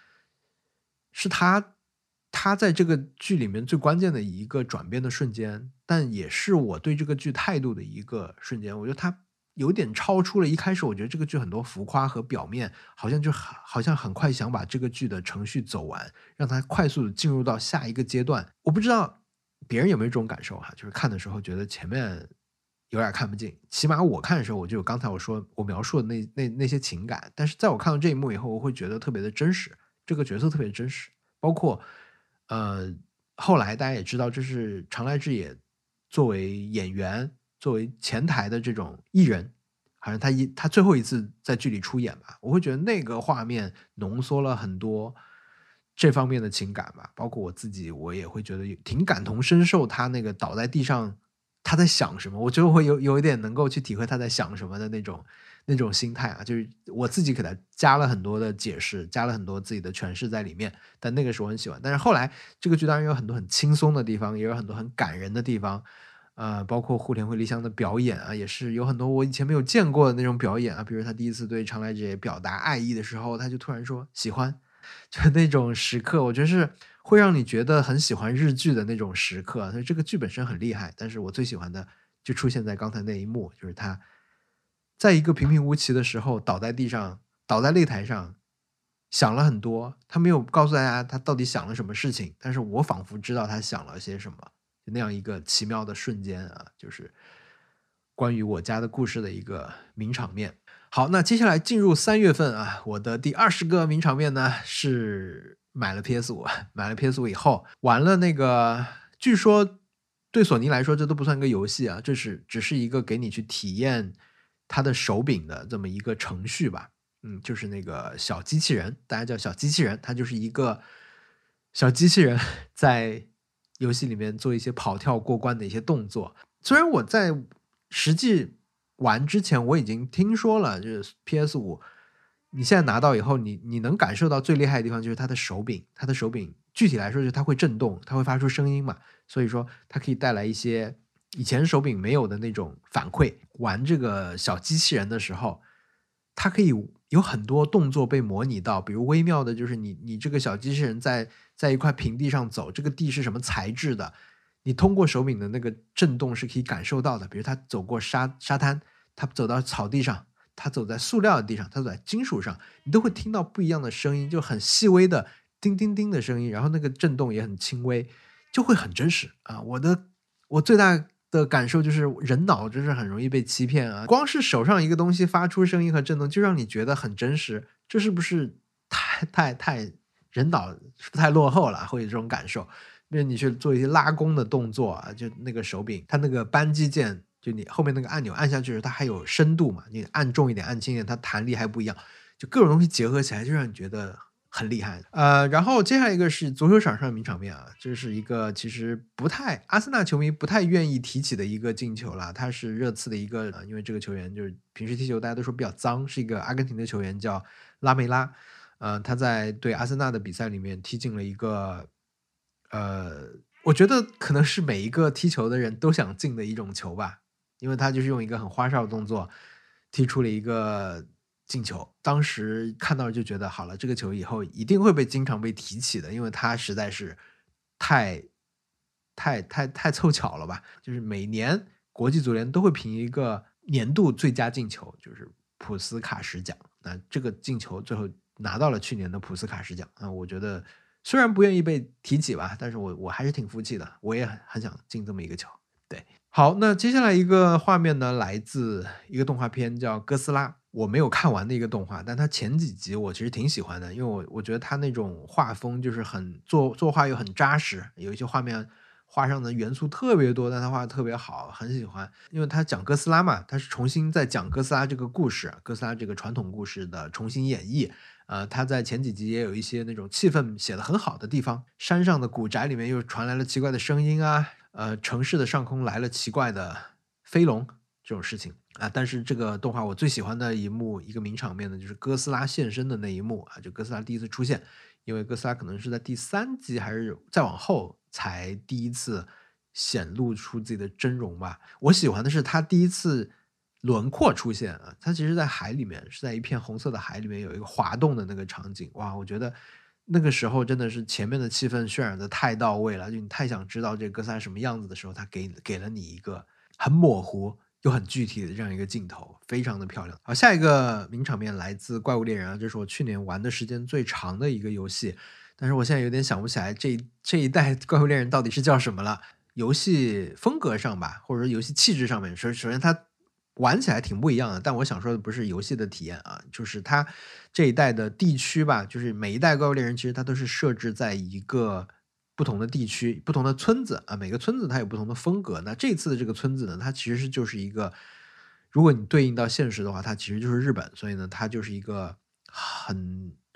他在这个剧里面最关键的一个转变的瞬间，但也是我对这个剧态度的一个瞬间。我觉得他有点超出了一开始我觉得这个剧很多浮夸和表面，好像很快想把这个剧的程序走完，让它快速的进入到下一个阶段。我不知道别人有没有这种感受哈，就是看的时候觉得前面有点看不进，起码我看的时候我就有刚才我描述的那些情感，但是在我看到这一幕以后，我会觉得特别的真实，这个角色特别真实。包括后来大家也知道，这是长濑智也作为演员，作为前台的这种艺人，好像他最后一次在剧里出演吧，我会觉得那个画面浓缩了很多这方面的情感吧。包括我自己，我也会觉得挺感同身受，他那个倒在地上他在想什么，我觉得会有一点能够去体会他在想什么的那种心态啊，就是我自己给他加了很多的解释，加了很多自己的诠释在里面，但那个时候很喜欢。但是后来这个剧当然有很多很轻松的地方，也有很多很感人的地方，包括户田惠梨香的表演啊，也是有很多我以前没有见过的那种表演啊，比如他第一次对长濑智也表达爱意的时候，他就突然说喜欢，就那种时刻，我觉得是会让你觉得很喜欢日剧的那种时刻啊。所以这个剧本身很厉害，但是我最喜欢的就出现在刚才那一幕，就是他在一个平平无奇的时候倒在地上，倒在擂台上，想了很多。他没有告诉大家他到底想了什么事情，但是我仿佛知道他想了些什么。就那样一个奇妙的瞬间啊，就是关于我家的故事的一个名场面。好，那接下来进入3月份啊，我的第20个名场面呢是买了 PS5，买了 PS5以后玩了那个，据说对索尼来说这都不算个游戏啊，这只是一个给你去体验它的手柄的这么一个程序吧。就是那个小机器人，大家叫小机器人，它就是一个小机器人在游戏里面做一些跑跳过关的一些动作。虽然我在实际玩之前我已经听说了，就是 PS5，你现在拿到以后，你能感受到最厉害的地方就是它的手柄，它的手柄具体来说就是它会震动，它会发出声音嘛，所以说它可以带来一些以前手柄没有的那种反馈。玩这个小机器人的时候，它可以有很多动作被模拟到，比如微妙的就是你这个小机器人在一块平地上走，这个地是什么材质的，你通过手柄的那个震动是可以感受到的。比如他走过沙滩，他走到草地上，他走在塑料的地上，他走在金属上，你都会听到不一样的声音，就很细微的叮叮叮的声音，然后那个震动也很轻微，就会很真实啊。我最大的感受就是人脑真是很容易被欺骗啊，光是手上一个东西发出声音和震动就让你觉得很真实，这是不是太人脑是不是太落后了，会有这种感受。因为你去做一些拉弓的动作啊，就那个手柄它那个扳机键，就你后面那个按钮按下去的时候它还有深度嘛，你按重一点按轻一点它弹力还不一样，就各种东西结合起来就让你觉得很厉害。然后接下来一个是足球场上的名场面啊，这是一个其实不太阿森纳球迷不太愿意提起的一个进球啦，它是热刺的一个，因为这个球员就是平时踢球大家都说比较脏，是一个阿根廷的球员叫拉梅拉。他在对阿森纳的比赛里面踢进了一个我觉得可能是每一个踢球的人都想进的一种球吧，因为他就是用一个很花哨的动作踢出了一个进球。当时看到就觉得好了，这个球以后一定会经常被提起的，因为他实在是太太凑巧了吧。就是每年国际足联都会评一个年度最佳进球，就是普斯卡什奖。那这个进球最后拿到了去年的普斯卡什奖啊，我觉得虽然不愿意被提起吧，但是我还是挺服气的，我也很想进这么一个球。对，好，那接下来一个画面呢，来自一个动画片叫《哥斯拉》，我没有看完的一个动画，但它前几集我其实挺喜欢的，因为我觉得它那种画风就是很作画又很扎实，有一些画面画上的元素特别多，但它画的特别好，很喜欢。因为它讲哥斯拉嘛，它是重新在讲哥斯拉这个故事，哥斯拉这个传统故事的重新演绎。他在前几集也有一些那种气氛写得很好的地方，山上的古宅里面又传来了奇怪的声音啊，城市的上空来了奇怪的飞龙这种事情啊。但是这个动画我最喜欢的一幕，一个名场面呢，就是哥斯拉现身的那一幕啊，就哥斯拉第一次出现，因为哥斯拉可能是在第3集还是再往后才第一次显露出自己的真容吧。我喜欢的是他第一次轮廓出现啊，它其实在海里面，是在一片红色的海里面有一个滑动的那个场景。哇，我觉得那个时候真的是前面的气氛渲染的太到位了，就你太想知道这个哥斯拉什么样子的时候，他给了你一个很模糊又很具体的这样一个镜头，非常的漂亮。好，下一个名场面来自怪物猎人啊，这是我去年玩的时间最长的一个游戏，但是我现在有点想不起来这一代怪物猎人到底是叫什么了。游戏风格上吧，或者说游戏气质上面，首先它玩起来挺不一样的，但我想说的不是游戏的体验啊，就是它这一代的地区吧，就是每一代怪物猎人其实它都是设置在一个不同的地区、不同的村子啊，每个村子它有不同的风格。那这次的这个村子呢，它其实就是一个，如果你对应到现实的话，它其实就是日本，所以呢，它就是一个很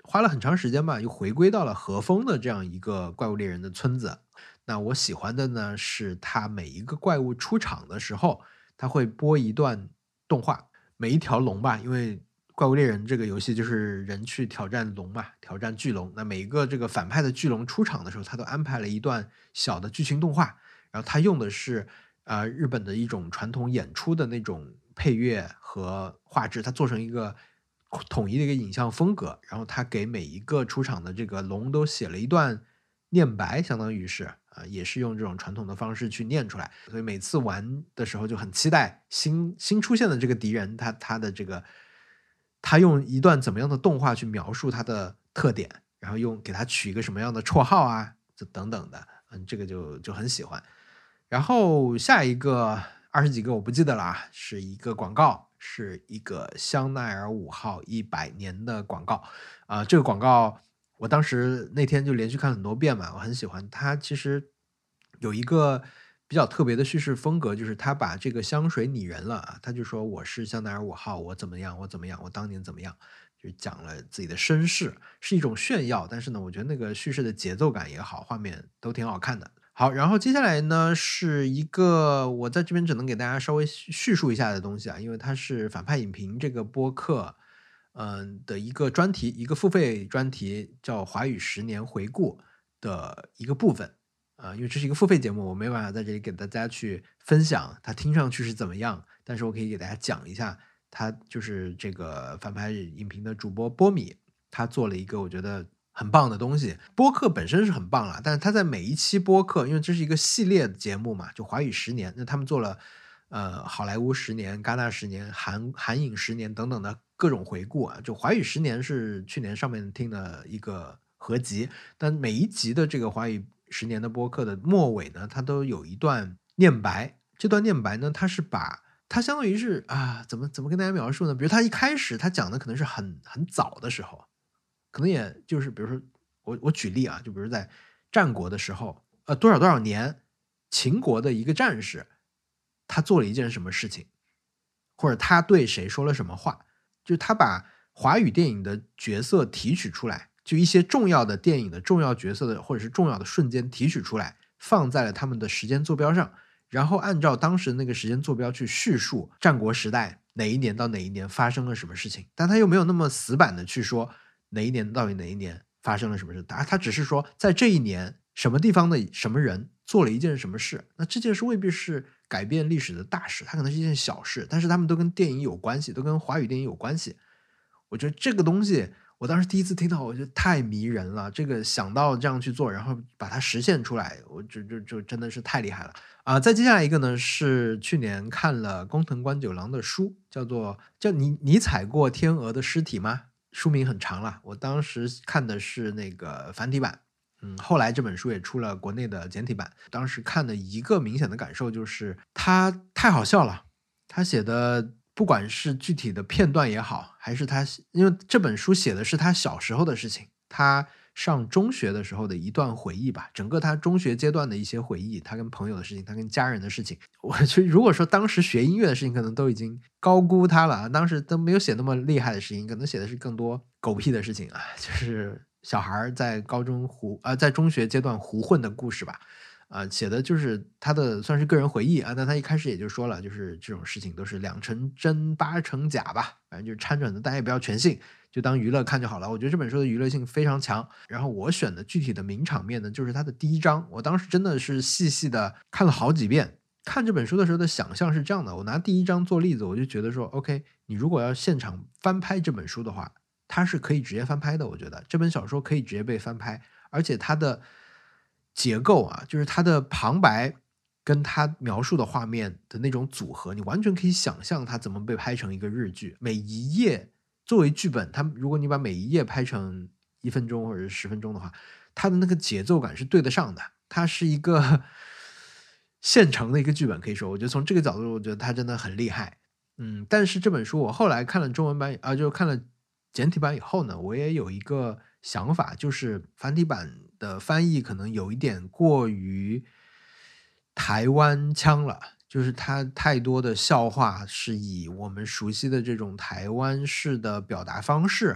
花了很长时间吧，又回归到了和风的这样一个怪物猎人的村子。那我喜欢的呢，是它每一个怪物出场的时候，它会播一段动画，每一条龙吧，因为怪物猎人这个游戏就是人去挑战龙嘛，挑战巨龙。那每一个这个反派的巨龙出场的时候，他都安排了一段小的剧情动画，然后他用的是日本的一种传统演出的那种配乐和画质，它做成一个统一的一个影像风格，然后他给每一个出场的这个龙都写了一段念白，相当于是也是用这种传统的方式去念出来，所以每次玩的时候就很期待新出现的这个敌人，他的这个他用一段怎么样的动画去描述他的特点，然后给他取一个什么样的绰号啊，这等等的，这个就很喜欢。然后下一个20几个我不记得了啊，是一个广告，是一个香奈儿5号100年的广告这个广告我当时那天就连续看很多遍嘛，我很喜欢。它其实有一个比较特别的叙事风格，就是他把这个香水拟人了啊，他就说我是香奈儿5号，我怎么样，我怎么样，我当年怎么样，就讲了自己的身世，是一种炫耀，但是呢，我觉得那个叙事的节奏感也好，画面都挺好看的。好，然后接下来呢是一个我在这边只能给大家稍微叙述一下的东西啊，因为它是反派影评这个播客的一个专题，一个付费专题，叫华语10年回顾的一个部分因为这是一个付费节目，我没办法在这里给大家去分享它听上去是怎么样，但是我可以给大家讲一下，它就是这个反派影评的主播波米，他做了一个我觉得很棒的东西。播客本身是很棒了，但是他在每一期播客，因为这是一个系列的节目嘛，就华语10年，那他们做了好莱坞10年、戛纳10年、韩影10年等等的各种回顾啊。就华语10年是去年上面听的一个合集，但每一集的这个华语10年的播客的末尾呢，它都有一段念白。这段念白呢，它是把它相当于是怎么跟大家描述呢？比如他一开始他讲的可能是很早的时候，可能也就是比如说我举例啊，就比如在战国的时候，多少年，秦国的一个战士，他做了一件什么事情，或者他对谁说了什么话，就他把华语电影的角色提取出来，就一些重要的电影的重要角色的或者是重要的瞬间提取出来，放在了他们的时间坐标上，然后按照当时那个时间坐标去叙述战国时代哪一年到哪一年发生了什么事情，但他又没有那么死板的去说哪一年到底哪一年发生了什么事，他只是说在这一年什么地方的什么人做了一件什么事，那这件事未必是改变历史的大事，它可能是一件小事，但是他们都跟电影有关系，都跟华语电影有关系。我觉得这个东西我当时第一次听到，我觉得太迷人了，这个想到这样去做，然后把它实现出来，我就真的是太厉害了再接下来一个呢，是去年看了宫藤官九郎的书，叫你踩过天鹅的尸体吗？书名很长了，我当时看的是那个繁体版，后来这本书也出了国内的简体版。当时看的一个明显的感受就是他太好笑了，他写的不管是具体的片段也好，还是因为这本书写的是他小时候的事情，他上中学的时候的一段回忆吧，整个他中学阶段的一些回忆，他跟朋友的事情，他跟家人的事情。我觉得如果说当时学音乐的事情可能都已经高估他了，当时都没有写那么厉害的事情，可能写的是更多狗屁的事情就是小孩在在中学阶段胡混的故事吧。写的就是他的算是个人回忆但他一开始也就说了，就是这种事情都是2成真8成假吧，反正就是掺着的，大家也不要全信，就当娱乐看就好了。我觉得这本书的娱乐性非常强。然后我选的具体的名场面呢，就是它的第1章，我当时真的是细细的看了好几遍。看这本书的时候的想象是这样的，我拿第1章做例子，我就觉得说 OK， 你如果要现场翻拍这本书的话，它是可以直接翻拍的，我觉得这本小说可以直接被翻拍，而且它的结构就是它的旁白跟它描述的画面的那种组合，你完全可以想象它怎么被拍成一个日剧。每一页作为剧本，如果你把每一页拍成1分钟或者10分钟的话，它的那个节奏感是对得上的，它是一个现成的一个剧本，可以说我觉得从这个角度我觉得它真的很厉害。但是这本书我后来看了中文版就看了简体版以后呢，我也有一个想法，就是繁体版的翻译可能有一点过于台湾腔了，就是它太多的笑话是以我们熟悉的这种台湾式的表达方式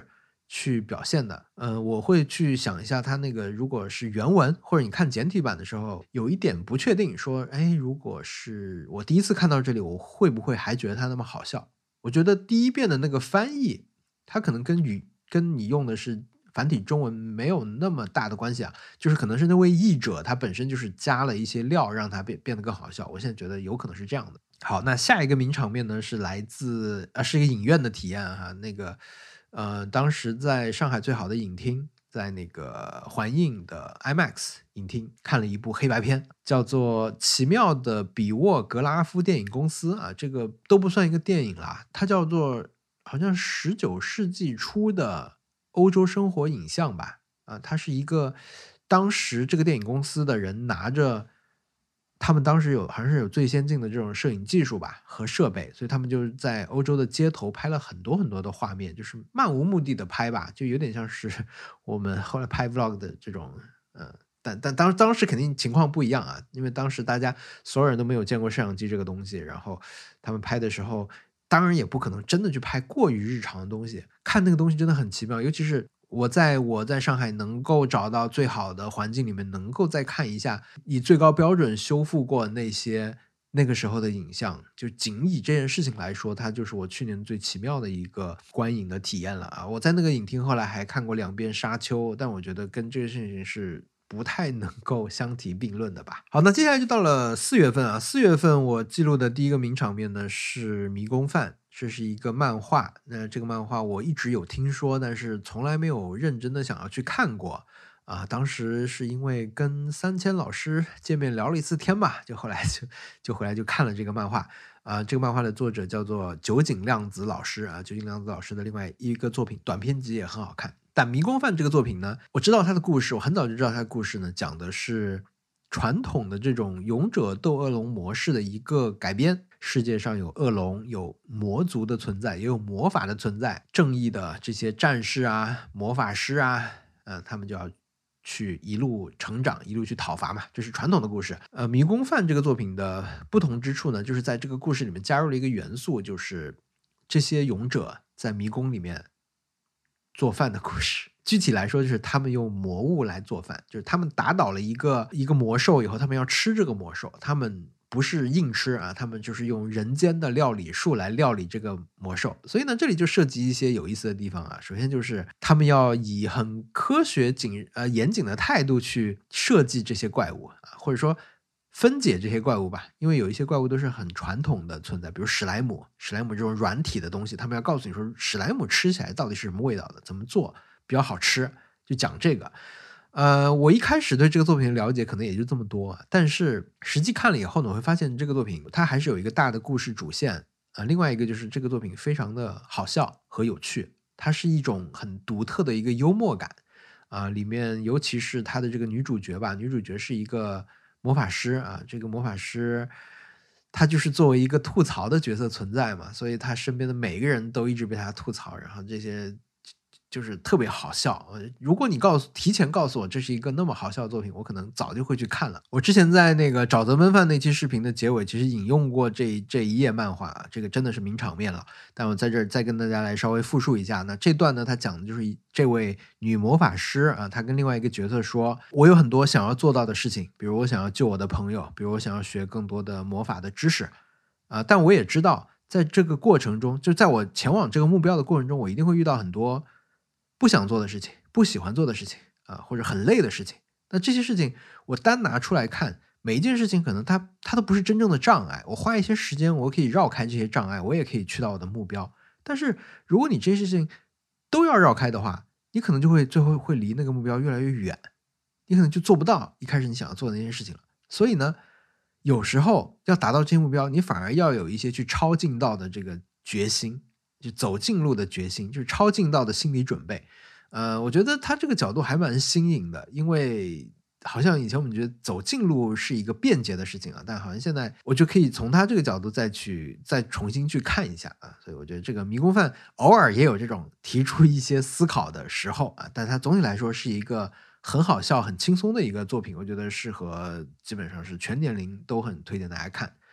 去表现的。我会去想一下它那个如果是原文，或者你看简体版的时候，有一点不确定，说，哎，如果是我第一次看到这里，我会不会还觉得它那么好笑？我觉得第一遍的那个翻译，它可能跟你用的是繁体中文没有那么大的关系啊，就是可能是那位译者他本身就是加了一些料，让它变得更好笑。我现在觉得有可能是这样的。好，那下一个名场面呢是来自是一个影院的体验哈，那个当时在上海最好的影厅，在那个环映的 IMAX 影厅看了一部黑白片，叫做《奇妙的比沃格拉夫电影公司》啊，这个都不算一个电影啦，它叫做好像19世纪初的欧洲生活影像吧，啊，它是一个当时这个电影公司的人拿着。他们当时好像是有最先进的这种摄影技术吧和设备，所以他们就是在欧洲的街头拍了很多很多的画面，就是漫无目的的拍吧，就有点像是我们后来拍 vlog 的这种，但当时肯定情况不一样啊，因为当时大家所有人都没有见过摄像机这个东西，然后他们拍的时候，当然也不可能真的去拍过于日常的东西，看那个东西真的很奇妙，尤其是我在上海能够找到最好的环境里面，能够再看一下以最高标准修复过那个时候的影像，就仅以这件事情来说，它就是我去年最奇妙的一个观影的体验了啊！我在那个影厅后来还看过2遍《沙丘》，但我觉得跟这个事情是不太能够相提并论的吧。好，那接下来就到了4月份啊，4月份我记录的第一个名场面呢是《迷宫饭》。这是一个漫画，那这个漫画我一直有听说，但是从来没有认真的想要去看过啊。当时是因为跟3000老师见面聊了一次天吧，就后来就回来就看了这个漫画啊。这个漫画的作者叫做酒井亮子老师啊，酒井亮子老师的另外一个作品短篇集也很好看。但《迷宫饭》这个作品呢，我知道他的故事，我很早就知道他的故事呢，讲的是传统的这种勇者斗恶龙模式的一个改编。世界上有恶龙，有魔族的存在，也有魔法的存在。正义的这些战士啊、魔法师啊，他们就要去一路成长，一路去讨伐嘛，这是传统的故事。迷宫饭这个作品的不同之处呢，就是在这个故事里面加入了一个元素，就是这些勇者在迷宫里面做饭的故事。具体来说，就是他们用魔物来做饭，就是他们打倒了一个魔兽以后，他们要吃这个魔兽，他们不是硬吃啊，他们就是用人间的料理术来料理这个魔兽。所以呢，这里就涉及一些有意思的地方啊。首先就是他们要以很科学严谨的态度去设计这些怪物啊，或者说分解这些怪物吧，因为有一些怪物都是很传统的存在，比如史莱姆这种软体的东西，他们要告诉你说史莱姆吃起来到底是什么味道的，怎么做比较好吃，就讲这个。我一开始对这个作品的了解可能也就这么多，但是实际看了以后呢，我会发现这个作品它还是有一个大的故事主线另外一个就是这个作品非常的好笑和有趣，它是一种很独特的一个幽默感里面尤其是它的这个女主角吧，女主角是一个魔法师啊，这个魔法师她就是作为一个吐槽的角色存在嘛，所以她身边的每一个人都一直被她吐槽，然后这些就是特别好笑。如果你提前告诉我这是一个那么好笑的作品，我可能早就会去看了。我之前在那个沼泽焖饭那期视频的结尾，其实引用过这一页漫画，这个真的是名场面了。但我在这儿再跟大家来稍微复述一下。那这段呢，他讲的就是这位女魔法师啊，她跟另外一个角色说：“我有很多想要做到的事情，比如我想要救我的朋友，比如我想要学更多的魔法的知识但我也知道，在这个过程中，就在我前往这个目标的过程中，我一定会遇到很多不想做的事情，不喜欢做的事情或者很累的事情。那这些事情我单拿出来看，每一件事情可能它都不是真正的障碍，我花一些时间我可以绕开这些障碍，我也可以去到我的目标。但是如果你这些事情都要绕开的话，你可能就会最后会离那个目标越来越远，你可能就做不到一开始你想要做的那些事情了。所以呢，有时候要达到这些目标，你反而要有一些去超近道的这个决心，就走近路的决心，就是超近道的心理准备。我觉得他这个角度还蛮新颖的，因为好像以前我们觉得走近路是一个便捷的事情但好像现在我就可以从他这个角度再重新去看一下所以我觉得这个迷宫饭偶尔也有这种提出一些思考的时候但它总体来说是一个很好笑、很轻松的一个作品，我觉得适合基本上是全年龄都很推荐大家看。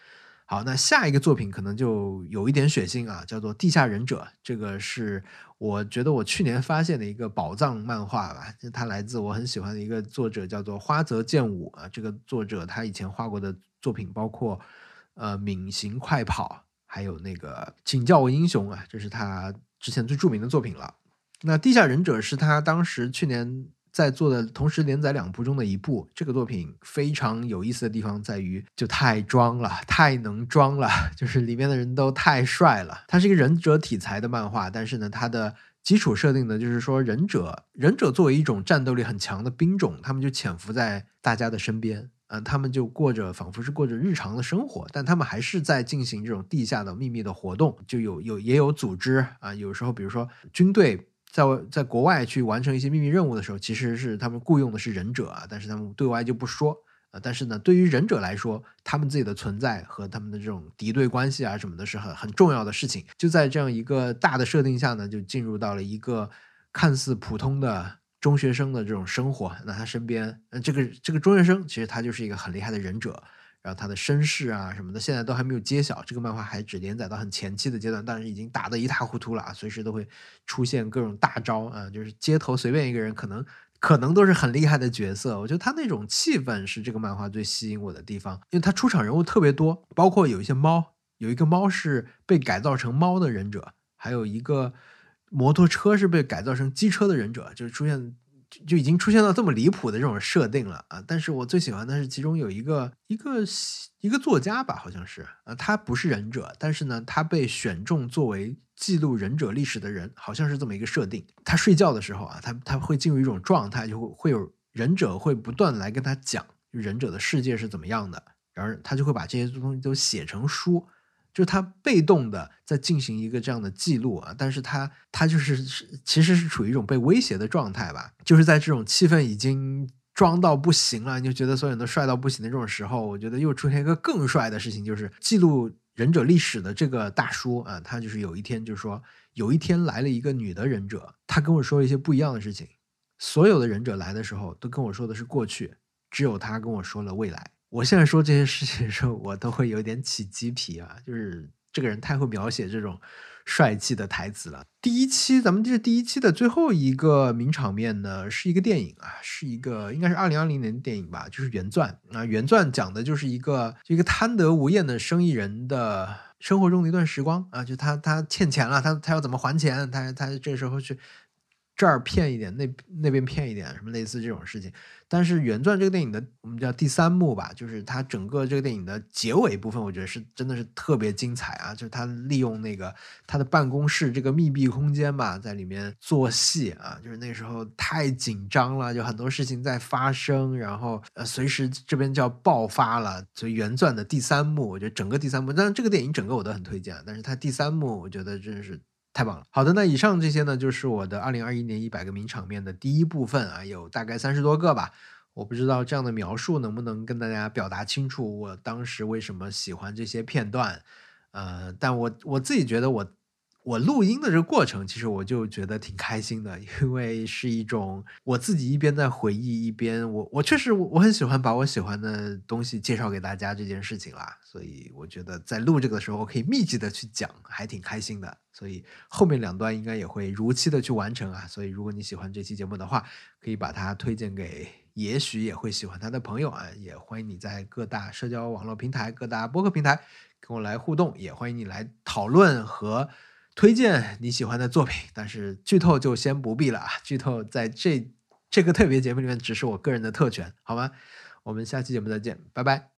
好，那下一个作品可能就有一点血腥啊，叫做《地下忍者》。这个是我觉得我去年发现的一个宝藏漫画吧，就它来自我很喜欢的一个作者，叫做花泽健武啊。这个作者他以前画过的作品包括《敏行快跑》，还有那个《请叫我英雄》啊，这是他之前最著名的作品了。那《地下忍者》是他当时去年在做的同时连载2部中的一部。这个作品非常有意思的地方在于，就太装了，太能装了，就是里面的人都太帅了。它是一个忍者题材的漫画，但是呢，它的基础设定呢，就是说忍者作为一种战斗力很强的兵种，他们就潜伏在大家的身边。他们就仿佛是过着日常的生活，但他们还是在进行这种地下的秘密的活动，就也有组织啊。有时候比如说军队在国外去完成一些秘密任务的时候，其实是他们雇佣的是忍者啊，但是他们对外就不说。但是呢，对于忍者来说，他们自己的存在和他们的这种敌对关系啊什么的是很重要的事情。就在这样一个大的设定下呢，就进入到了一个看似普通的中学生的这种生活。那他身边这个中学生其实他就是一个很厉害的忍者，然后他的身世啊什么的现在都还没有揭晓。这个漫画还只连载到很前期的阶段，但是已经打得一塌糊涂了啊，随时都会出现各种大招啊，就是街头随便一个人可能都是很厉害的角色。我觉得他那种气氛是这个漫画最吸引我的地方，因为他出场人物特别多，包括有一些猫，有一个猫是被改造成猫的忍者，还有一个摩托车是被改造成机车的忍者，就已经出现到这么离谱的这种设定了啊！但是我最喜欢的是其中有一个作家吧，好像是他不是忍者，但是呢，他被选中作为记录忍者历史的人，好像是这么一个设定。他睡觉的时候啊，他会进入一种状态，就会有忍者会不断来跟他讲忍者的世界是怎么样的，然后他就会把这些东西都写成书。就是他被动的在进行一个这样的记录啊，但是他其实是处于一种被威胁的状态吧。就是在这种气氛已经装到不行了，你就觉得所有人都帅到不行的这种时候，我觉得又出现一个更帅的事情，就是记录忍者历史的这个大叔啊，他就是有一天就是说，有一天来了一个女的忍者，他跟我说了一些不一样的事情。所有的忍者来的时候都跟我说的是过去，只有他跟我说了未来。我现在说这些事情的时候，我都会有点起鸡皮啊！就是这个人太会描写这种帅气的台词了。咱们这是第一期的最后一个名场面呢，是一个电影啊，应该是2020年的电影吧，就是《原钻》啊。《原钻》讲的就是一个贪得无厌的生意人的生活中的一段时光啊，就他欠钱了，他要怎么还钱？他这时候去这儿骗一点，那边骗一点，什么类似这种事情。但是原钻这个电影的我们叫第3幕吧，就是它整个这个电影的结尾部分，我觉得真的是特别精彩啊！就是他利用那个他的办公室这个密闭空间吧，在里面做戏啊，就是那时候太紧张了，就很多事情在发生，然后随时这边就要爆发了。所以原钻的第3幕，我觉得整个第3幕，当然这个电影整个我都很推荐，但是它第3幕我觉得真的是太棒了。好的，那以上这些呢，就是我的2021年100个名场面的第一部分啊，有大概30多个吧。我不知道这样的描述能不能跟大家表达清楚我当时为什么喜欢这些片段。但我自己觉得我录音的这个过程，其实我就觉得挺开心的，因为是一种我自己一边在回忆，一边我确实我很喜欢把我喜欢的东西介绍给大家这件事情啦，所以我觉得在录这个的时候可以密集的去讲，还挺开心的。所以后面2段应该也会如期的去完成啊。所以如果你喜欢这期节目的话，可以把它推荐给也许也会喜欢它的朋友啊。也欢迎你在各大社交网络平台、各大播客平台跟我来互动，也欢迎你来讨论和推荐你喜欢的作品。但是剧透就先不必了啊，剧透在这个特别节目里面只是我个人的特权，好吗？我们下期节目再见，拜拜。